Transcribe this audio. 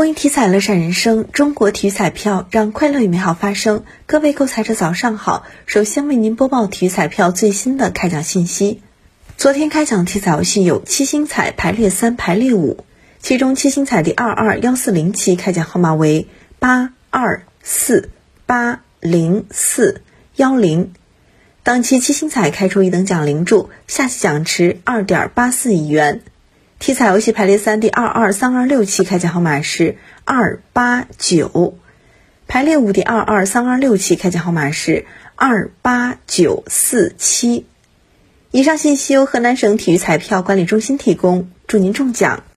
公益体彩乐善人生，中国体育彩票让快乐与美好发生。各位购彩者早上好，首先为您播报体育彩票最新的开奖信息。昨天开奖体彩游戏有七星彩排列3、排列5，其中七星彩第221407期开奖号码为824804110，当期七星彩开出一等奖0注，下期奖池2.84亿元。体彩游戏排列3第22326期开奖号码是289，排列5第22326期开奖号码是28947。以上信息由河南省体育彩票管理中心提供，祝您中奖。